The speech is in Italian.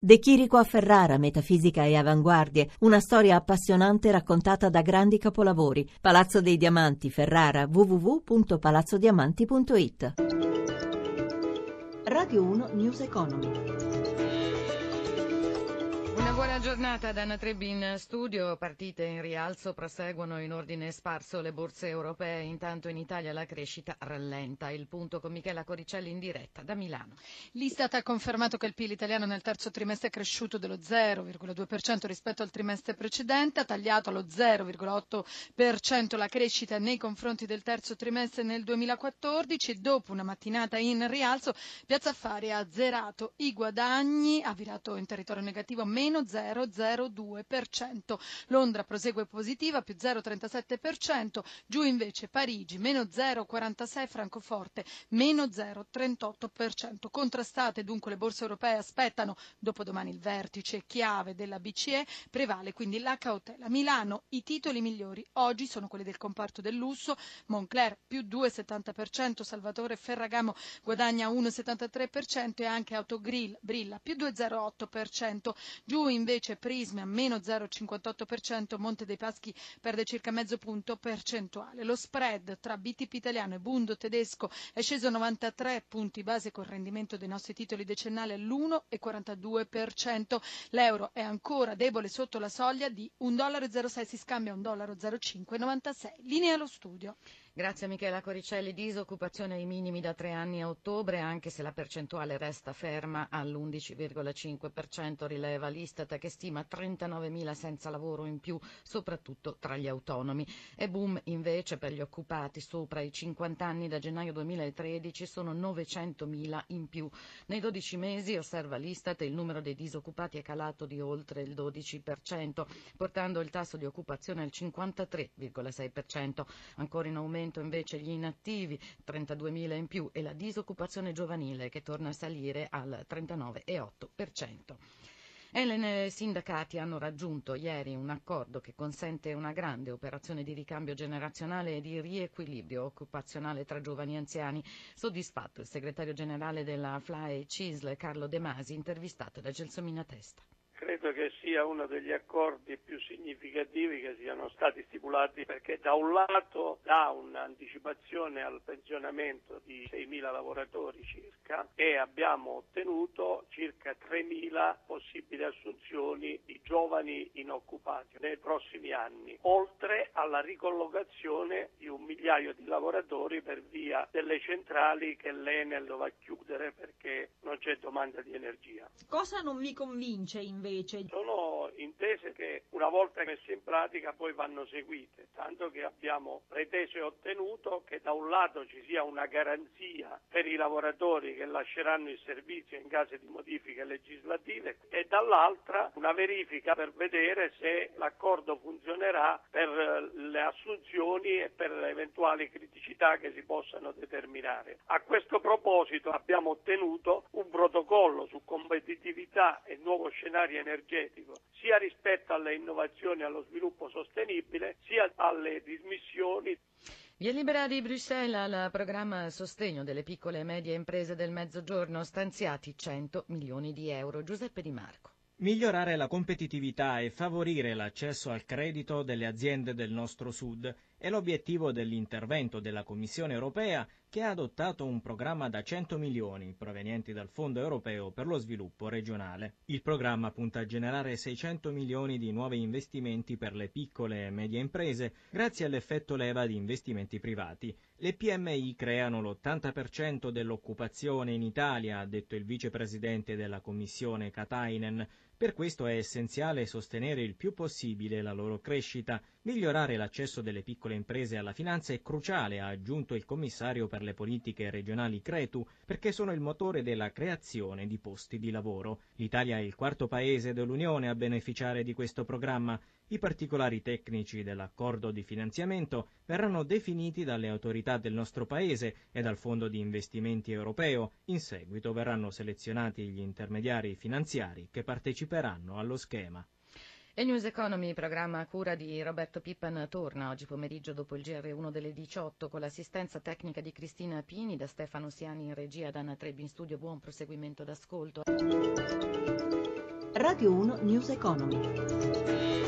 De Chirico a Ferrara, metafisica e avanguardie, una storia appassionante raccontata da grandi capolavori. Palazzo dei Diamanti, Ferrara, www.palazzodiamanti.it. Radio 1 News Economy. Una buona giornata da Anna Trebbi in studio. Partite in rialzo, proseguono in ordine sparso le borse europee. Intanto in Italia la crescita rallenta. Il punto con Michela Coricelli in diretta da Milano. L'Istat ha confermato che il PIL italiano nel terzo trimestre è cresciuto dello 0,2% rispetto al trimestre precedente, ha tagliato allo 0,8% la crescita nei confronti del terzo trimestre nel 2014 e dopo una mattinata in rialzo Piazza Affari ha azzerato i guadagni, ha virato in territorio negativo meno 0,02%. Londra prosegue positiva, più 0,37%, giù invece Parigi, meno 0,46%, Francoforte, meno 0,38%. Contrastate dunque le borse europee aspettano dopodomani il vertice chiave della BCE, prevale quindi la cautela. Milano, i titoli migliori oggi sono quelli del comparto del lusso, Moncler più 2,70%, Salvatore Ferragamo guadagna 1,73% e anche Autogrill brilla più 2,08%, giù invece Prisma meno 0,58%, Monte dei Paschi perde circa mezzo punto percentuale. Lo spread tra BTP italiano e Bundo tedesco è sceso 93 punti base con il rendimento dei nostri titoli decennali all'1,42%. L'euro è ancora debole sotto la soglia di $1,06, si scambia $1,0596. Linea allo studio. Grazie a Michela Coricelli. Disoccupazione ai minimi da 3 anni a ottobre, anche se la percentuale resta ferma all'11,5%, rileva l'Istat che stima 39.000 senza lavoro in più, soprattutto tra gli autonomi. E boom invece per gli occupati sopra i 50 anni, da gennaio 2013 sono 900.000 in più. Nei 12 mesi, osserva l'Istat, il numero dei disoccupati è calato di oltre il 12%, portando il tasso di occupazione al 53,6%. Ancora in aumento invece gli inattivi, 32.000 in più, e la disoccupazione giovanile che torna a salire al 39,8%. Elen e i sindacati hanno raggiunto ieri un accordo che consente una grande operazione di ricambio generazionale e di riequilibrio occupazionale tra giovani e anziani. Soddisfatto il segretario generale della FLAE CISL, Carlo De Masi, intervistato da Gelsomina Testa. Credo che sia uno degli accordi più significativi che siano stati stipulati, perché da un lato dà un'anticipazione al pensionamento di 6.000 lavoratori circa e abbiamo ottenuto circa 3.000 possibili assunzioni di giovani inoccupati nei prossimi anni, oltre alla ricollocazione di 1.000.000 di lavoratori per via delle centrali che l'Enel dovrà chiudere perché non c'è domanda di energia. Cosa non vi convince invece? Sono intese che una volta messe in pratica poi vanno seguite, tanto che abbiamo preteso e ottenuto che da un lato ci sia una garanzia per i lavoratori che lasceranno il servizio in caso di modifiche legislative e dall'altra una verifica per vedere se l'accordo funzionerà per le assunzioni e per le eventuali criticità che si possano determinare. A questo proposito abbiamo ottenuto un protocollo su competitività e nuovo scenario energetico, sia rispetto alle innovazioni e allo sviluppo sostenibile, sia alle dismissioni. Via Libera di Bruxelles al programma sostegno delle piccole e medie imprese del Mezzogiorno, stanziati 100 milioni di euro. Giuseppe Di Marco. Migliorare la competitività e favorire l'accesso al credito delle aziende del nostro Sud è l'obiettivo dell'intervento della Commissione europea, che ha adottato un programma da 100 milioni provenienti dal Fondo europeo per lo sviluppo regionale. Il programma punta a generare 600 milioni di nuovi investimenti per le piccole e medie imprese grazie all'effetto leva di investimenti privati. Le PMI creano l'80% dell'occupazione in Italia, ha detto il vicepresidente della Commissione Katainen. Per questo è essenziale sostenere il più possibile la loro crescita. Migliorare l'accesso delle piccole imprese alla finanza è cruciale, ha aggiunto il commissario per le politiche regionali Cretu, perché sono il motore della creazione di posti di lavoro. L'Italia è il quarto paese dell'Unione a beneficiare di questo programma. I particolari tecnici dell'accordo di finanziamento verranno definiti dalle autorità del nostro paese e dal Fondo di investimenti europeo. In seguito verranno selezionati gli intermediari finanziari che parteciperanno allo schema. E News Economy, programma a cura di Roberto Pippan, torna oggi pomeriggio dopo il GR1 delle 18 con l'assistenza tecnica di Cristina Pini, da Stefano Siani in regia, da Anna Trebbi in studio. Buon proseguimento d'ascolto. Radio 1 News Economy.